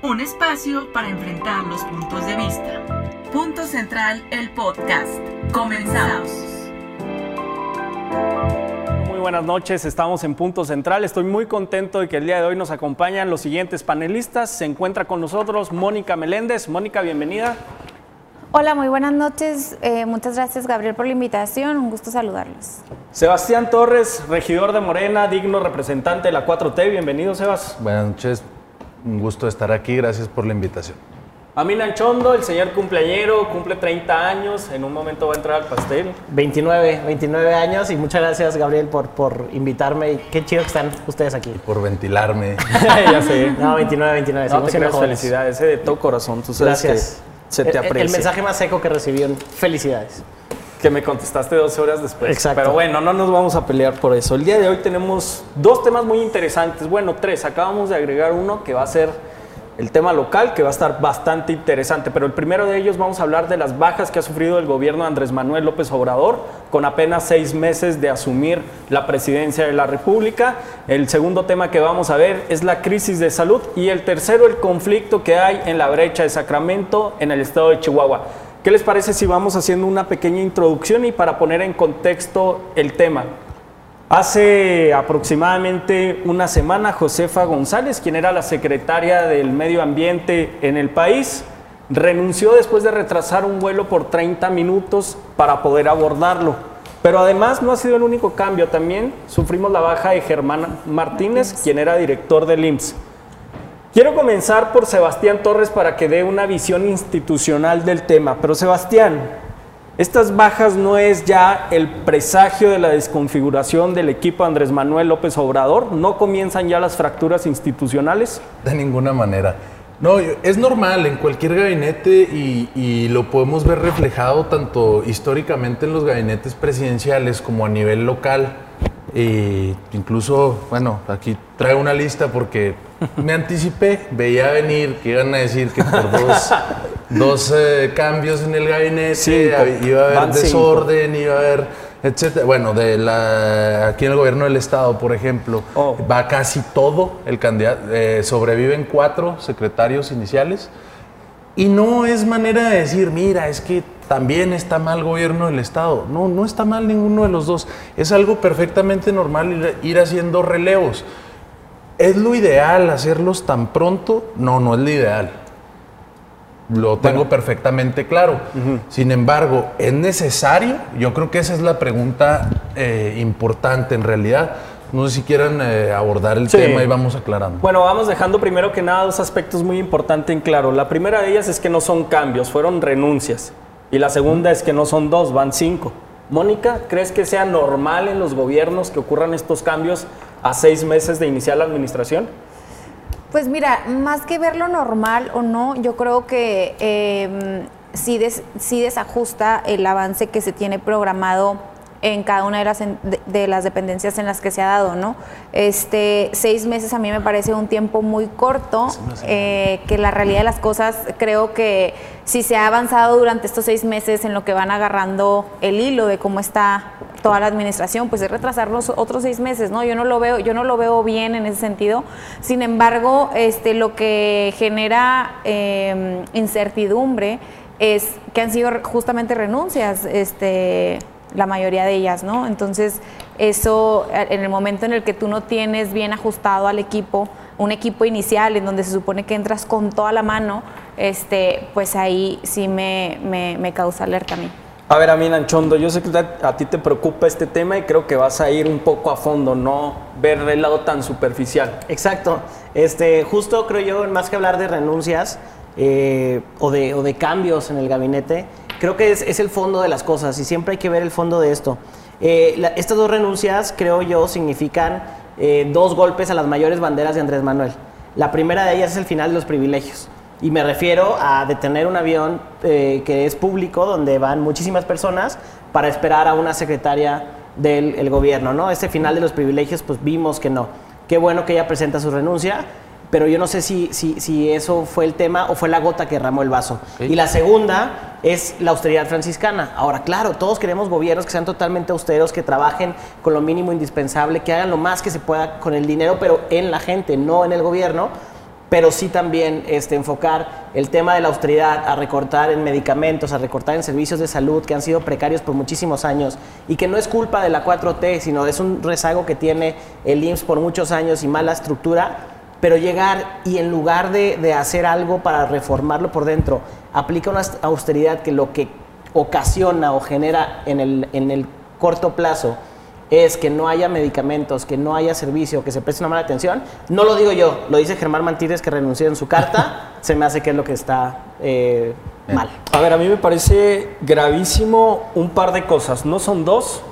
Un espacio para enfrentar los puntos de vista. Punto Central, el podcast. Comenzamos. Muy buenas noches, estamos en Punto Central. Estoy muy contento de que el día de hoy nos acompañan los siguientes panelistas. Se encuentra con nosotros Mónica Meléndez. Mónica, bienvenida. Hola, muy buenas noches. Muchas gracias, Gabriel, por la invitación. Un gusto saludarlos. Sebastián Torres, regidor de Morena, digno representante de la 4T. Bienvenido, Sebas. Buenas noches. Un gusto estar aquí, gracias por la invitación. Amina Anchondo, el señor cumpleañero, cumple 30 años, en un momento va a entrar al pastel. 29 años y muchas gracias, Gabriel, por invitarme. Y qué chido que están ustedes aquí. Y por ventilarme. Ya sé. No, 29. No, te creas, felicidades, de todo corazón. Tú sabes gracias. Que se te aprecia. El mensaje más seco que recibí, felicidades. Que me contestaste 12 horas después. Exacto. Pero bueno, no nos vamos a pelear por eso. El día de hoy tenemos dos temas muy interesantes. Bueno, tres. Acabamos de agregar uno que va a ser el tema local, que va a estar bastante interesante. Pero el primero de ellos vamos a hablar de las bajas que ha sufrido el gobierno de Andrés Manuel López Obrador con apenas 6 meses de asumir la presidencia de la República. El segundo tema que vamos a ver es la crisis de salud. Y el tercero, el conflicto que hay en la brecha de Sacramento, en el estado de Chihuahua. ¿Qué les parece si vamos haciendo una pequeña introducción y para poner en contexto el tema? Hace aproximadamente una semana, Josefa González, quien era la secretaria del Medio Ambiente en el país, renunció después de retrasar un vuelo por 30 minutos para poder abordarlo. Pero además no ha sido el único cambio, también sufrimos la baja de Germán Martínez, quien era director del IMSS. Quiero comenzar por Sebastián Torres para que dé una visión institucional del tema. Pero Sebastián, ¿estas bajas no es ya el presagio de la desconfiguración del equipo Andrés Manuel López Obrador? ¿No comienzan ya las fracturas institucionales? De ninguna manera. No, es normal en cualquier gabinete y lo podemos ver reflejado tanto históricamente en los gabinetes presidenciales como a nivel local. Incluso, bueno, aquí traigo una lista porque me anticipé, veía venir que iban a decir que por dos cambios en el gabinete iba a haber desorden, iba a haber, etcétera. Bueno, aquí en el gobierno del estado, por ejemplo, va casi todo el candidato, sobreviven 4 secretarios iniciales. Y no es manera de decir, mira, es que también está mal el gobierno del estado. No, no está mal ninguno de los dos. Es algo perfectamente normal ir haciendo relevos. ¿Es lo ideal hacerlos tan pronto? No, no es lo ideal. Lo tengo perfectamente claro. Sin embargo, ¿es necesario? Yo creo que esa es la pregunta importante en realidad. No sé si quieran abordar el tema y vamos aclarando. Bueno, vamos dejando primero que nada 2 aspectos muy importantes en claro. La primera de ellas es que no son cambios, fueron renuncias. Y la segunda es que no son 2, van 5. Mónica, ¿crees que sea normal en los gobiernos que ocurran estos cambios a 6 meses de iniciar la administración? Pues mira, más que verlo normal o no, yo creo que sí desajusta el avance que se tiene programado en cada una de las dependencias en las que se ha dado, ¿no? 6 meses a mí me parece un tiempo muy corto, que la realidad de las cosas, creo que si se ha avanzado durante estos 6 meses en lo que van agarrando el hilo de cómo está toda la administración, pues es retrasar los otros 6 meses, ¿no? Yo no lo veo bien en ese sentido. Sin embargo, lo que genera incertidumbre es que han sido justamente renuncias, la mayoría de ellas, ¿no? Entonces, eso, en el momento en el que tú no tienes bien ajustado al equipo, un equipo inicial en donde se supone que entras con toda la mano, pues ahí sí me causa alerta a mí. A ver, Amina Anchondo, yo sé que a ti te preocupa este tema y creo que vas a ir un poco a fondo, no ver el lado tan superficial. Exacto. Justo creo yo, más que hablar de renuncias o de cambios en el gabinete, creo que es el fondo de las cosas y siempre hay que ver el fondo de esto. Estas 2 renuncias, creo yo, significan 2 golpes a las mayores banderas de Andrés Manuel. La primera de ellas es el final de los privilegios. Y me refiero a detener un avión que es público, donde van muchísimas personas para esperar a una secretaria del gobierno, ¿no? Este final de los privilegios, pues vimos que no. Qué bueno que ella presenta su renuncia, pero yo no sé si eso fue el tema o fue la gota que derramó el vaso. Okay. Y la segunda es la austeridad franciscana. Ahora, claro, todos queremos gobiernos que sean totalmente austeros, que trabajen con lo mínimo indispensable, que hagan lo más que se pueda con el dinero, pero en la gente, no en el gobierno. pero sí también enfocar el tema de la austeridad a recortar en medicamentos, a recortar en servicios de salud que han sido precarios por muchísimos años y que no es culpa de la 4T, sino es un rezago que tiene el IMSS por muchos años y mala estructura, pero llegar y en lugar de hacer algo para reformarlo por dentro, aplica una austeridad que lo que ocasiona o genera en el corto plazo es que no haya medicamentos, que no haya servicio, que se preste una mala atención. No lo digo yo, lo dice Germán Mantínez, que renunció en su carta. Se me hace que es lo que está mal. A ver, a mí me parece gravísimo un par de cosas. No son dos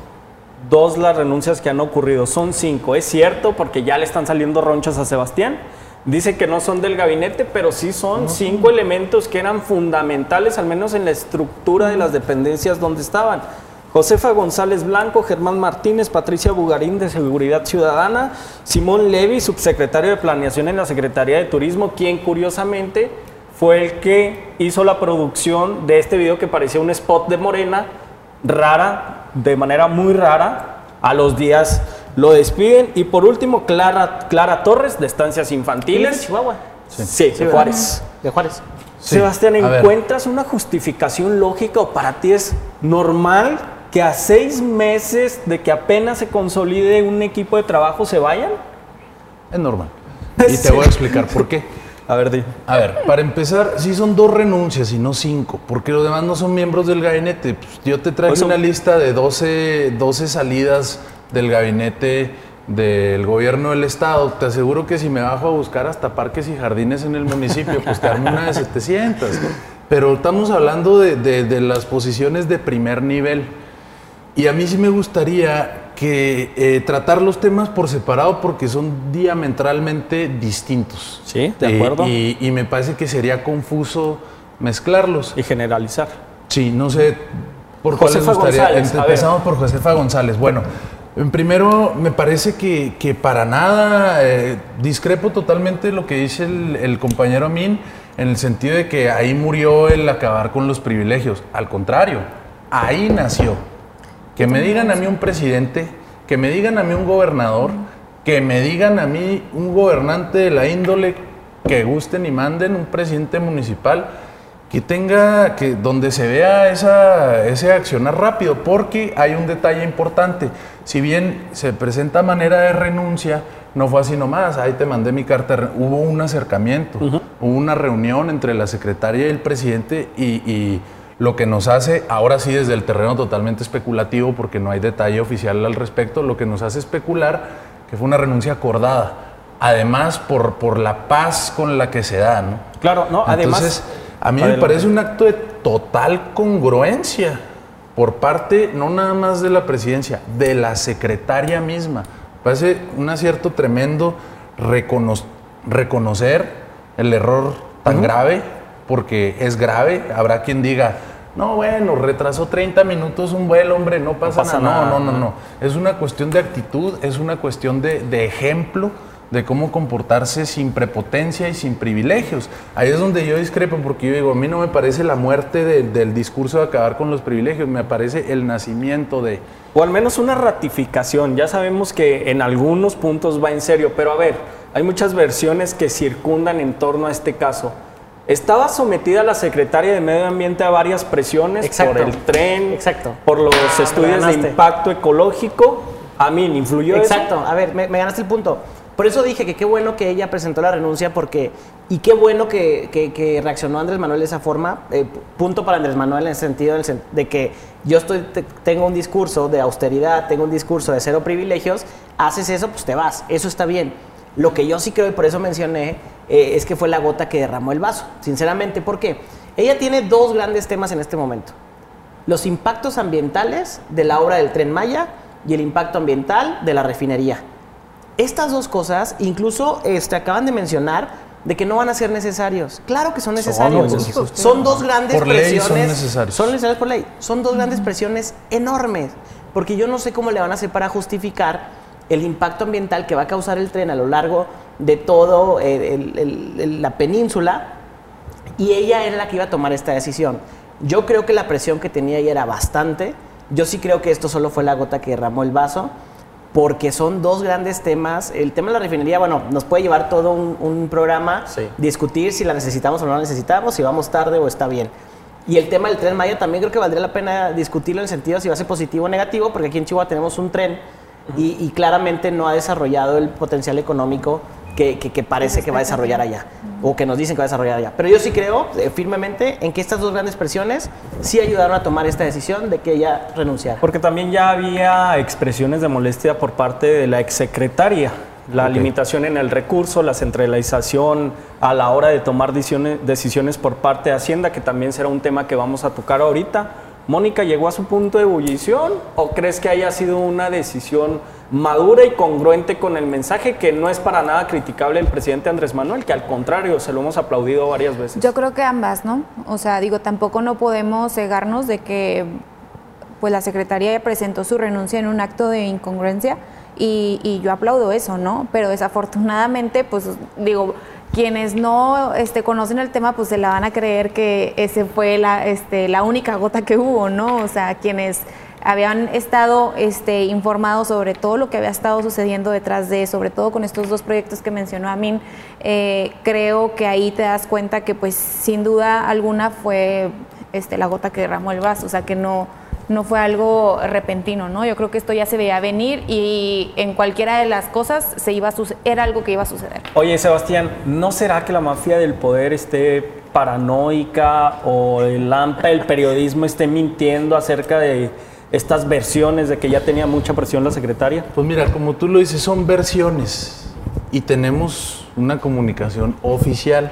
las renuncias que han ocurrido, son 5. Es cierto, porque ya le están saliendo ronchas a Sebastián. Dice que no son del gabinete, pero sí son 5 elementos que eran fundamentales, al menos en la estructura de las dependencias donde estaban. Josefa González Blanco, Germán Martínez, Patricia Bugarín de Seguridad Ciudadana, Simón Levy, subsecretario de Planeación en la Secretaría de Turismo, quien curiosamente fue el que hizo la producción de este video que parecía un spot de Morena, rara, de manera muy rara. A los días lo despiden. Y por último, Clara Torres, de Estancias Infantiles. ¿De Chihuahua? Sí, de Juárez. De Juárez. Sí. Sebastián, ¿encuentras una justificación lógica o para ti es normal que a 6 meses de que apenas se consolide un equipo de trabajo se vayan? Es normal. Y te voy a explicar por qué. A ver, di. A ver, para empezar, sí son 2 renuncias y no 5, porque los demás no son miembros del gabinete. Pues yo te traigo una lista de 12 salidas del gabinete del gobierno del estado. Te aseguro que si me bajo a buscar hasta parques y jardines en el municipio, pues te armo una de 700. Pero estamos hablando de las posiciones de primer nivel. Y a mí sí me gustaría que tratar los temas por separado porque son diametralmente distintos. Sí, de acuerdo. Y me parece que sería confuso mezclarlos. Y generalizar. Sí, no sé por cuál les gustaría. González, Empezamos por Josefa González. Bueno, primero me parece que para nada discrepo totalmente de lo que dice el compañero Amin, en el sentido de que ahí murió el acabar con los privilegios. Al contrario, ahí nació. Que me digan a mí un presidente, que me digan a mí un gobernador, que me digan a mí un gobernante de la índole que gusten y manden, un presidente municipal, que tenga, que donde se vea ese accionar rápido, porque hay un detalle importante. Si bien se presenta manera de renuncia, no fue así nomás, ahí te mandé mi carta, hubo un acercamiento, hubo una reunión entre la secretaria y el presidente y lo que nos hace, ahora sí desde el terreno totalmente especulativo, porque no hay detalle oficial al respecto, lo que nos hace especular que fue una renuncia acordada, además por la paz con la que se da, ¿no? Claro, no, además... Entonces, a mí me parece un acto de total congruencia por parte, no nada más de la presidencia, de la secretaria misma. Parece un acierto tremendo reconocer el error tan grave, porque es grave. Habrá quien diga, no, bueno, retrasó 30 minutos un vuelo, hombre, no pasa nada. No. Es una cuestión de actitud, es una cuestión de ejemplo de cómo comportarse sin prepotencia y sin privilegios. Ahí es donde yo discrepo, porque yo digo, a mí no me parece la muerte del discurso de acabar con los privilegios, me parece el nacimiento de... O al menos una ratificación. Ya sabemos que en algunos puntos va en serio, pero a ver, hay muchas versiones que circundan en torno a este caso. Estaba sometida la secretaria de Medio Ambiente a varias presiones. Exacto. Por el tren, Exacto. por los estudios de impacto ecológico. A mí, ¿influyó Exacto. eso? A ver, me ganaste el punto. Por eso dije que qué bueno que ella presentó la renuncia, porque y qué bueno que reaccionó Andrés Manuel de esa forma. Punto para Andrés Manuel en el sentido de que yo tengo un discurso de austeridad, tengo un discurso de cero privilegios, haces eso, pues te vas. Eso está bien. Lo que yo sí creo, y por eso mencioné, es que fue la gota que derramó el vaso. Sinceramente, ¿por qué? Ella tiene 2 grandes temas en este momento. Los impactos ambientales de la obra del Tren Maya y el impacto ambiental de la refinería. Estas 2 cosas, incluso acaban de mencionar de que no van a ser necesarios. Claro que son necesarios. Son 2 grandes por ley presiones. son necesarios. Son necesarios por ley. Son 2 grandes presiones enormes. Porque yo no sé cómo le van a hacer para justificar el impacto ambiental que va a causar el tren a lo largo de todo la península, y ella era la que iba a tomar esta decisión. Yo creo que la presión que tenía ella era bastante. Yo sí creo que esto solo fue la gota que derramó el vaso. porque son dos grandes temas. El tema de la refinería, bueno, nos puede llevar todo un programa, discutir si la necesitamos o no la necesitamos, si vamos tarde o está bien. Y el tema del Tren Maya también creo que valdría la pena discutirlo en el sentido de si va a ser positivo o negativo, porque aquí en Chihuahua tenemos un tren y claramente no ha desarrollado el potencial económico que parece que va a desarrollar allá, o que nos dicen que va a desarrollar allá. Pero yo sí creo firmemente en que estas dos grandes presiones sí ayudaron a tomar esta decisión de que ella renunciara. Porque también ya había expresiones de molestia por parte de la exsecretaria. La limitación en el recurso, la centralización a la hora de tomar decisiones por parte de Hacienda, que también será un tema que vamos a tocar ahorita. ¿Mónica llegó a su punto de ebullición o crees que haya sido una decisión madura y congruente con el mensaje, que no es para nada criticable el presidente Andrés Manuel, que al contrario, se lo hemos aplaudido varias veces? Yo creo que ambas, ¿no? O sea, digo, tampoco no podemos cegarnos de que pues la Secretaría presentó su renuncia en un acto de incongruencia y yo aplaudo eso, ¿no? Pero desafortunadamente, pues digo, quienes no conocen el tema, pues se la van a creer que ese fue la única gota que hubo, ¿no? O sea, quienes habían estado informados sobre todo lo que había estado sucediendo detrás de, sobre todo con estos dos proyectos que mencionó Amin, creo que ahí te das cuenta que pues sin duda alguna fue la gota que derramó el vaso, o sea que no fue algo repentino, ¿no? Yo creo que esto ya se veía venir y en cualquiera de las cosas era algo que iba a suceder. Oye, Sebastián, ¿no será que la mafia del poder esté paranoica o el AMPA, el periodismo, esté mintiendo acerca de estas versiones de que ya tenía mucha presión la secretaria? Pues mira, como tú lo dices, son versiones y tenemos una comunicación oficial.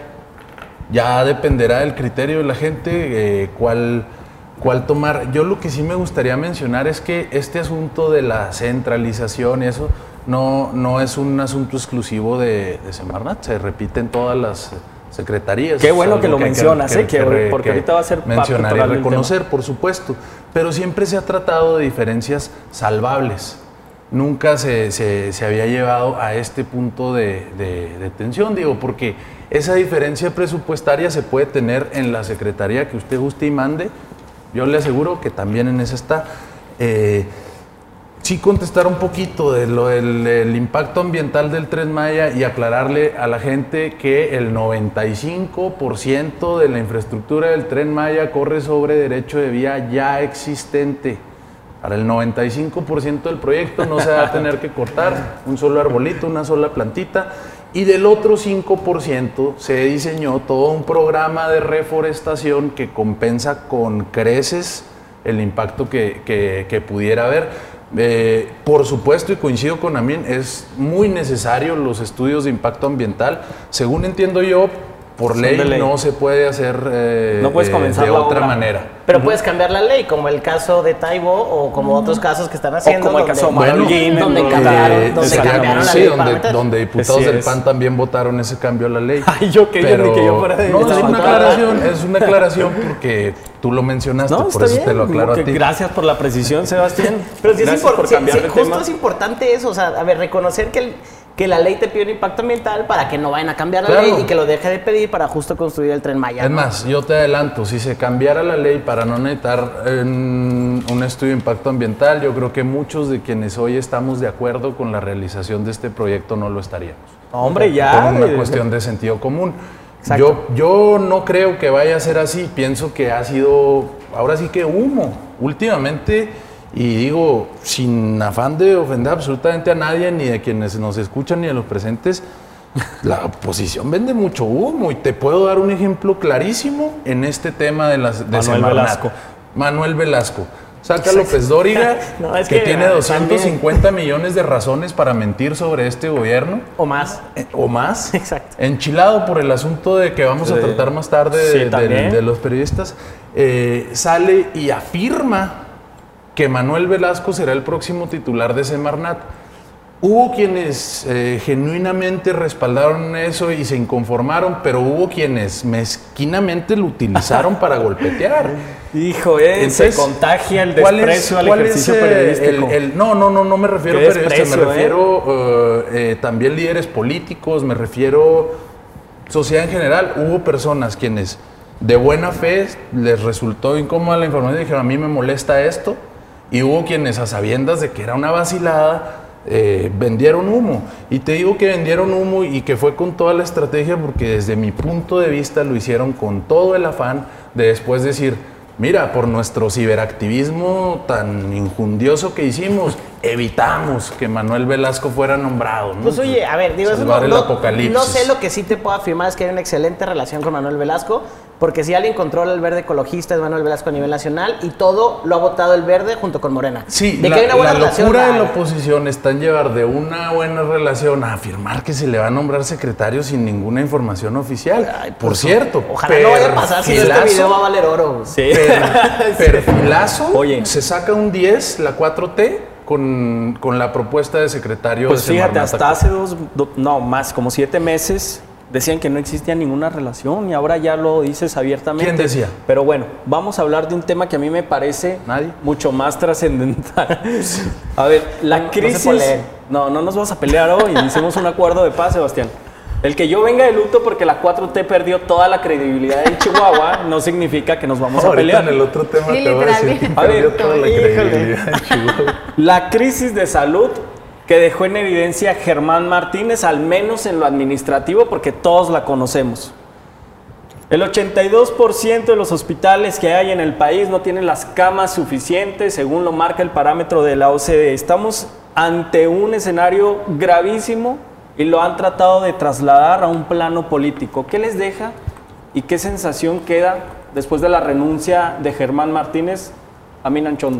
Ya dependerá del criterio de la gente cuál tomar. Yo lo que sí me gustaría mencionar es que este asunto de la centralización y eso no es un asunto exclusivo de Semarnat, se repite en todas las secretarías. Qué bueno que lo mencionas, porque ahorita va a ser mencionar y reconocer, por supuesto, pero siempre se ha tratado de diferencias salvables. Nunca se había llevado a este punto de tensión, digo, porque esa diferencia presupuestaria se puede tener en la secretaría que usted guste y mande. Yo le aseguro que también en esa está. Sí contestar un poquito de lo del impacto ambiental del Tren Maya y aclararle a la gente que el 95% de la infraestructura del Tren Maya corre sobre derecho de vía ya existente. Para el 95% del proyecto no se va a tener que cortar un solo arbolito, una sola plantita. Y del otro 5% se diseñó todo un programa de reforestación que compensa con creces el impacto que pudiera haber. Por supuesto, y coincido con Amin, es muy necesario los estudios de impacto ambiental. Según entiendo yo, por ley no se puede hacer no puedes comenzar de otra manera. Pero puedes cambiar la ley, como el caso de Taibo o como otros casos que están haciendo. O como el caso de Manuel, donde cambiaron la ley. Donde diputados del PAN también votaron ese cambio a la ley. Ay, yo quería ni que yo fuera de... No, es una aclaración porque tú lo mencionaste, por eso te lo aclaro a ti. Gracias por la precisión, Sebastián. Pero sí gracias por cambiar de justo tema. Es importante eso, o sea, a ver, reconocer que la ley te pide un impacto ambiental para que no vayan a cambiar la ley y que lo deje de pedir para justo construir el Tren Maya. Es más, yo te adelanto, si se cambiara la ley para no necesitar un estudio de impacto ambiental, yo creo que muchos de quienes hoy estamos de acuerdo con la realización de este proyecto no lo estaríamos. Hombre, ya. Por una cuestión de sentido común. Yo no creo que vaya a ser así, pienso que ha sido, ahora sí que humo, últimamente. Y digo, sin afán de ofender absolutamente a nadie, ni de quienes nos escuchan, ni de los presentes, la oposición vende mucho humo. Y te puedo dar un ejemplo clarísimo en este tema de Manuel Velasco. Saca López Dóriga, que tiene 250 millones de razones para mentir sobre este gobierno. O más. O más. Exacto. Enchilado por el asunto de que vamos a tratar más tarde de los periodistas. Sale y afirma que Manuel Velasco será el próximo titular de Semarnat. Hubo quienes genuinamente respaldaron eso y se inconformaron, pero hubo quienes mezquinamente lo utilizaron para golpetear. Hijo, se contagia el desprecio al ejercicio periodístico. No me refiero a periodistas, me refiero también líderes políticos, me refiero sociedad en general. Hubo personas quienes de buena fe les resultó incómoda la información y dijeron, a mí me molesta esto. Y hubo quienes, a sabiendas de que era una vacilada, vendieron humo. Y te digo que vendieron humo y que fue con toda la estrategia porque desde mi punto de vista lo hicieron con todo el afán de después decir, mira, por nuestro ciberactivismo tan injundioso que hicimos, evitamos que Manuel Velasco fuera nombrado, ¿no? Pues oye, a ver, digo, eso el apocalipsis. No sé, lo que sí te puedo afirmar es que hay una excelente relación con Manuel Velasco, porque si alguien controla el verde ecologista es Manuel Velasco a nivel nacional y todo lo ha votado el verde junto con Morena. Sí, de que hay una buena la relación, locura de la oposición está en llevar de una buena relación a afirmar que se le va a nombrar secretario sin ninguna información oficial. Ay, por cierto, ojalá no vaya a pasar, si este video va a valer oro. Sí. Perfilazo, Oye. se saca un 10, la 4T, con la propuesta de secretario Pues de fíjate, Semarnat. hasta hace como 7 meses decían que no existía ninguna relación y ahora ya lo dices abiertamente. ¿Quién decía? Pero bueno, vamos a hablar de un tema que a mí me parece Nadie. mucho más trascendental. A ver, la No se crisis... peleen. No nos vamos a pelear hoy. Hicimos un acuerdo de paz, Sebastián. El que yo venga de luto porque la 4T perdió toda la credibilidad en Chihuahua no significa que nos vamos a Ahorita pelear. en el otro tema Sí, te voy a decir que literalmente. A ver, perdió toda la híjole. credibilidad en Chihuahua. La crisis de salud que dejó en evidencia Germán Martínez, al menos en lo administrativo, porque todos la conocemos. El 82% de los hospitales que hay en el país no tienen las camas suficientes, según lo marca el parámetro de la OCDE. Estamos ante un escenario gravísimo y lo han tratado de trasladar a un plano político. ¿Qué les deja y qué sensación queda después de la renuncia de Germán Martínez a Minanchondo?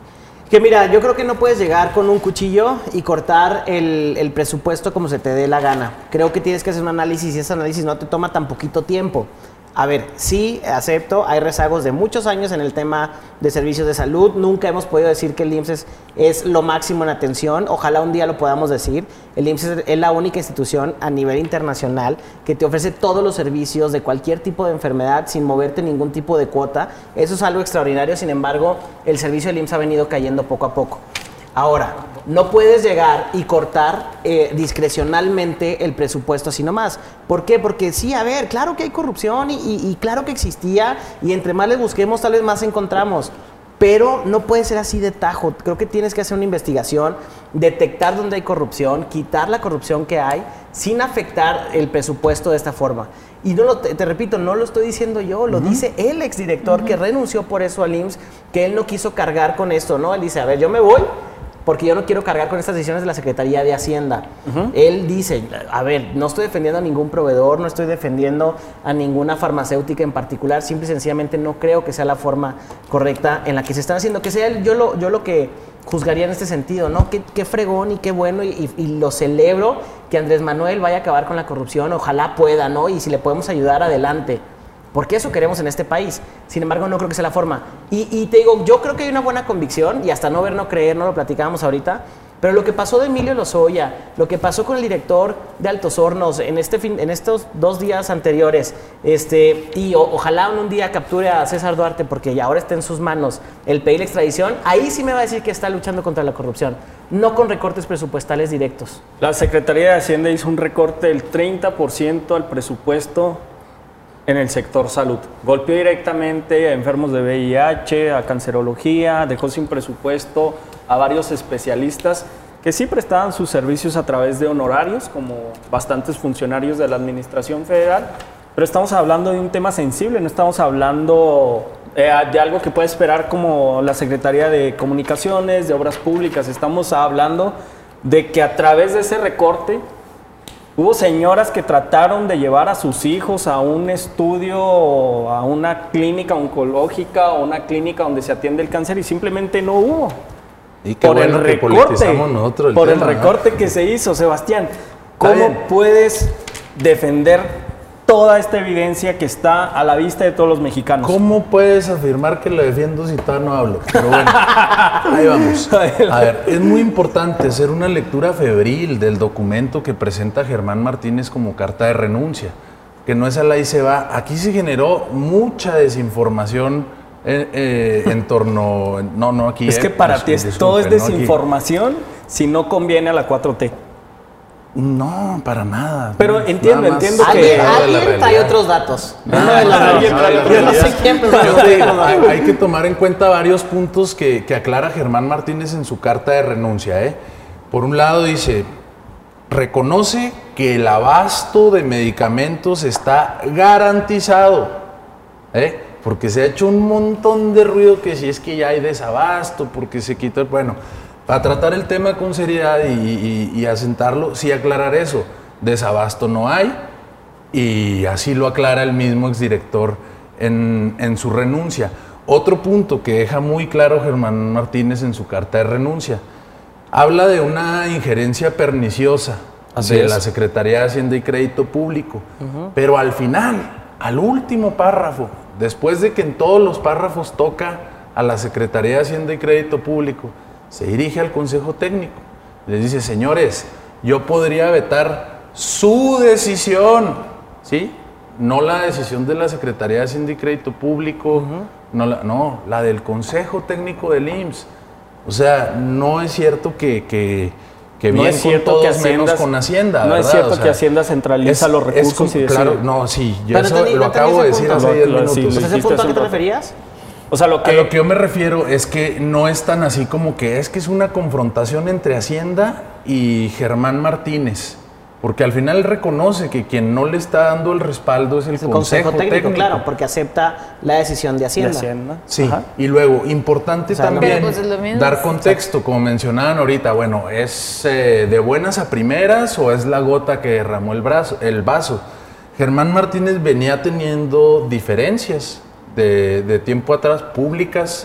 Que mira, yo creo que no puedes llegar con un cuchillo y cortar el presupuesto como se te dé la gana. Creo que tienes que hacer un análisis y ese análisis no te toma tan poquito tiempo. A ver, sí, acepto, hay rezagos de muchos años en el tema de servicios de salud. Nunca hemos podido decir que el IMSS es lo máximo en atención. Ojalá un día lo podamos decir. El IMSS es la única institución a nivel internacional que te ofrece todos los servicios de cualquier tipo de enfermedad sin moverte ningún tipo de cuota. Eso es algo extraordinario. Sin embargo, el servicio del IMSS ha venido cayendo poco a poco. Ahora, no puedes llegar y cortar discrecionalmente el presupuesto así nomás. ¿Por qué? Porque sí, a ver, claro que hay corrupción y claro que existía y entre más le busquemos tal vez más encontramos. Pero no puede ser así de tajo. Creo que tienes que hacer una investigación, detectar dónde hay corrupción, quitar la corrupción que hay sin afectar el presupuesto de esta forma. Y no te repito, no lo estoy diciendo yo, lo dice el exdirector que renunció por eso al IMSS, que él no quiso cargar con esto, ¿no? Él dice, a ver, yo me voy porque yo no quiero cargar con estas decisiones de la Secretaría de Hacienda. Él dice, a ver, no estoy defendiendo a ningún proveedor, no estoy defendiendo a ninguna farmacéutica en particular, simple y sencillamente no creo que sea la forma correcta en la que se están haciendo, que sea yo lo que juzgaría en este sentido, ¿no? Qué fregón y qué bueno y lo celebro que Andrés Manuel vaya a acabar con la corrupción, ojalá pueda, ¿no? Y si le podemos ayudar, adelante. Porque eso queremos en este país. Sin embargo, no creo que sea la forma. Y te digo, yo creo que hay una buena convicción, y hasta no ver, no creer, no lo platicábamos ahorita, pero lo que pasó de Emilio Lozoya, lo que pasó con el director de Altos Hornos en estos 2 días anteriores, y ojalá un día capture a César Duarte, porque ya ahora está en sus manos el pedir la extradición, ahí sí me va a decir que está luchando contra la corrupción, no con recortes presupuestales directos. La Secretaría de Hacienda hizo un recorte del 30% al presupuesto en el sector salud. Golpeó directamente a enfermos de VIH, a cancerología, dejó sin presupuesto a varios especialistas que sí prestaban sus servicios a través de honorarios, como bastantes funcionarios de la Administración Federal, pero estamos hablando de un tema sensible, no estamos hablando de algo que puede esperar como la Secretaría de Comunicaciones, de Obras Públicas, estamos hablando de que a través de ese recorte hubo señoras que trataron de llevar a sus hijos a un estudio, a una clínica oncológica o una clínica donde se atiende el cáncer y simplemente no hubo. Y qué bueno que politizamos nosotros por el tema, recorte que se hizo, Sebastián. Está ¿Cómo bien. puedes defender toda esta evidencia que está a la vista de todos los mexicanos? ¿Cómo puedes afirmar que lo defiendo si todavía no hablo? Pero bueno, ahí vamos. A ver, es muy importante hacer una lectura febril del documento que presenta Germán Martínez como carta de renuncia, que no es al ahí se va. Aquí se generó mucha desinformación en torno... No, aquí... Es que para ti todo es disculpen, ¿no? Aquí. desinformación si no conviene a la 4T. No, para nada. Pero entiendo Nada más que- Alguien alejado de la trae realidad. otros datos. alguien trae otros Yo no sé datos. quién, pero Yo te digo, hay que tomar en cuenta varios puntos que aclara Germán Martínez en su carta de renuncia. Por un lado dice, reconoce que el abasto de medicamentos está garantizado, porque se ha hecho un montón de ruido que si es que ya hay desabasto, porque se quitó, bueno, para tratar el tema con seriedad y asentarlo, sí aclarar eso, desabasto no hay, y así lo aclara el mismo exdirector en su renuncia. Otro punto que deja muy claro Germán Martínez en su carta de renuncia, habla de una injerencia perniciosa de la Secretaría de Hacienda y Crédito Público, pero al final, al último párrafo, después de que en todos los párrafos toca a la Secretaría de Hacienda y Crédito Público, se dirige al Consejo Técnico, les dice, señores, yo podría vetar su decisión, ¿sí? No la decisión de la Secretaría de Hacienda y Crédito Público, no, la del Consejo Técnico del IMSS. O sea, no es cierto que bien no es cierto con todos que Hacienda, menos con Hacienda, no ¿verdad? es cierto o sea, que Hacienda centraliza los recursos y claro, decide. no, sí, yo Pero eso lo acabo de decir hace 10 minutos. sí, ¿Ese punto a qué te referías? O sea, A lo que yo me refiero es que no es tan así como que es una confrontación entre Hacienda y Germán Martínez. Porque al final reconoce que quien no le está dando el respaldo es el Consejo Técnico. Claro, porque acepta la decisión de Hacienda. Sí, Ajá. y luego, importante también pues es lo mismo. dar contexto, como mencionaban ahorita, bueno, ¿es de buenas a primeras o es la gota que derramó el vaso? Germán Martínez venía teniendo diferencias de tiempo atrás, públicas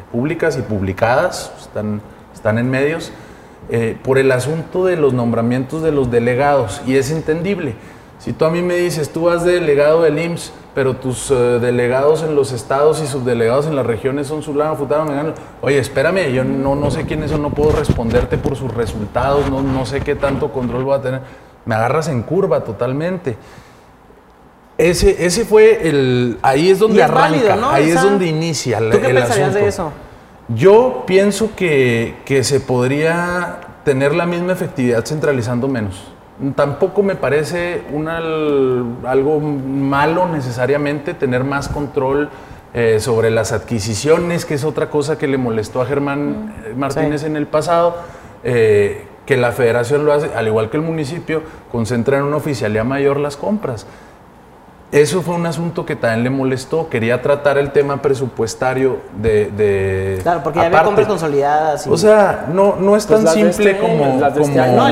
y publicadas, están en medios, por el asunto de los nombramientos de los delegados, y es entendible. Si tú a mí me dices, tú vas de delegado del IMSS, pero tus delegados en los estados y subdelegados en las regiones son fulano, mengano, oye, espérame, yo no sé quiénes son, no puedo responderte por sus resultados, no sé qué tanto control voy a tener. Me agarras en curva totalmente. Ese fue ahí es donde arranca, válido, ¿no? Ahí es donde inicia el asunto. ¿Tú qué pensarías de eso? Yo pienso que se podría tener la misma efectividad centralizando menos. Tampoco me parece algo malo necesariamente tener más control sobre las adquisiciones, que es otra cosa que le molestó a Germán Martínez en el pasado, que la federación lo hace, al igual que el municipio, concentra en una oficialía mayor las compras. Eso fue un asunto que también le molestó. Quería tratar el tema presupuestario de claro, porque ya había compras consolidadas. O sea, no es tan simple como... No,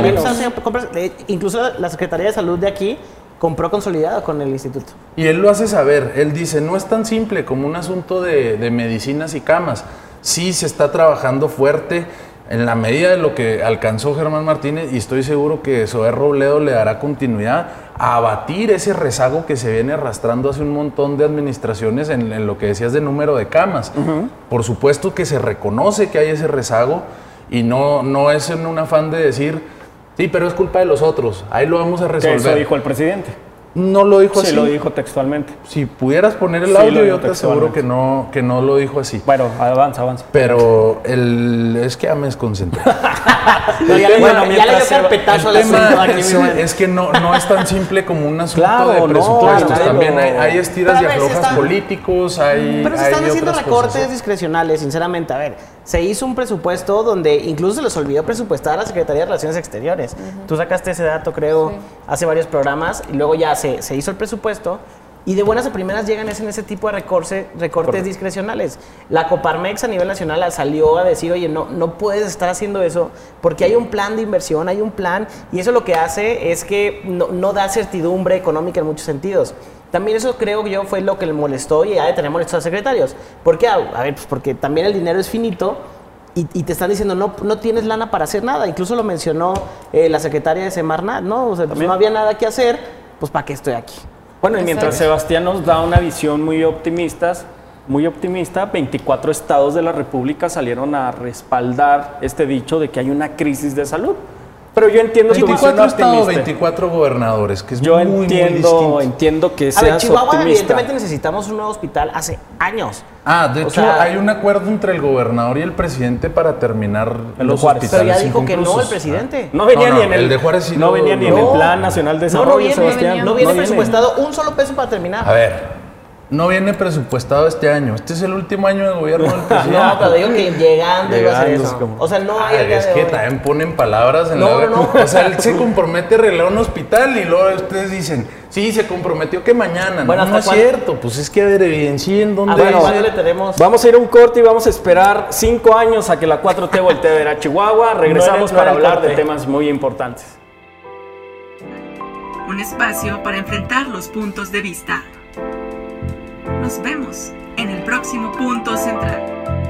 incluso la Secretaría de Salud de aquí compró consolidado con el instituto. Y él lo hace saber. Él dice, no es tan simple como un asunto de medicinas y camas. Sí se está trabajando fuerte en la medida de lo que alcanzó Germán Martínez, y estoy seguro que Zoé Robledo le dará continuidad a abatir ese rezago que se viene arrastrando hace un montón de administraciones en lo que decías de número de camas. Por supuesto que se reconoce que hay ese rezago y no es en un afán de decir, sí, pero es culpa de los otros, ahí lo vamos a resolver. Eso dijo el presidente. No lo dijo así. Sí, lo dijo textualmente. Si pudieras poner el audio, yo te aseguro que no lo dijo así. Bueno, avanza. Pero es que ya me desconcentré. Ya le dio carpetazo a la tema es que no es tan simple como un asunto de presupuestos. También hay estiras y aflojas políticos, pero se están haciendo recortes discrecionales, sinceramente. A ver, se hizo un presupuesto donde incluso se les olvidó presupuestar a la Secretaría de Relaciones Exteriores. Tú sacaste ese dato, creo, hace varios programas, y luego ya se hizo el presupuesto, y de buenas a primeras llegan en ese tipo de recortes discrecionales. La Coparmex a nivel nacional salió a decir, oye, no puedes estar haciendo eso porque hay un plan de inversión, hay un plan, y eso lo que hace es que no da certidumbre económica en muchos sentidos. También eso creo que yo fue lo que le molestó y ha de tener molestos a los secretarios. ¿Por qué? A ver, pues porque también el dinero es finito y te están diciendo no tienes lana para hacer nada. Incluso lo mencionó la secretaria de Semarnat, ¿no? O sea, pues no había nada que hacer, pues ¿para qué estoy aquí? Bueno, y mientras Sebastián nos da una visión muy optimista, 24 estados de la República salieron a respaldar este dicho de que hay una crisis de salud. Pero yo entiendo tu visión 24 estados, optimista. 24 gobernadores, que es yo muy distinto. entiendo que seas a ver, Chihuahua optimista. evidentemente necesitamos un nuevo hospital hace años. De hecho, hay un acuerdo entre el gobernador y el presidente para terminar los hospitales. Pero ya dijo que no inconclusos. el presidente. No venía ni en el de Juárez sí no venía ni en el Plan Nacional de Desarrollo, Sebastián. No viene presupuestado un solo peso para terminar. A ver, no viene presupuestado este año. Este es el último año de gobierno del presidente. No, pero digo que llegando iba a ser eso. como- O sea, no hay el día Es de que hoy. también ponen palabras en No, la... no. O sea, él se compromete a arreglar un hospital y luego ustedes dicen, sí, se comprometió que mañana. Bueno, no, no es ¿hasta cuándo? cierto. Pues es que, a ver, evidencien dónde... Bueno, dice- ¿cuándo le tenemos? Vamos a ir a un corte y vamos a esperar 5 años a que la 4T voltee a ver a Chihuahua. Regresamos No era para el hablar corte. de temas muy importantes. Un espacio para enfrentar los puntos de vista. Nos vemos en el próximo Punto Central.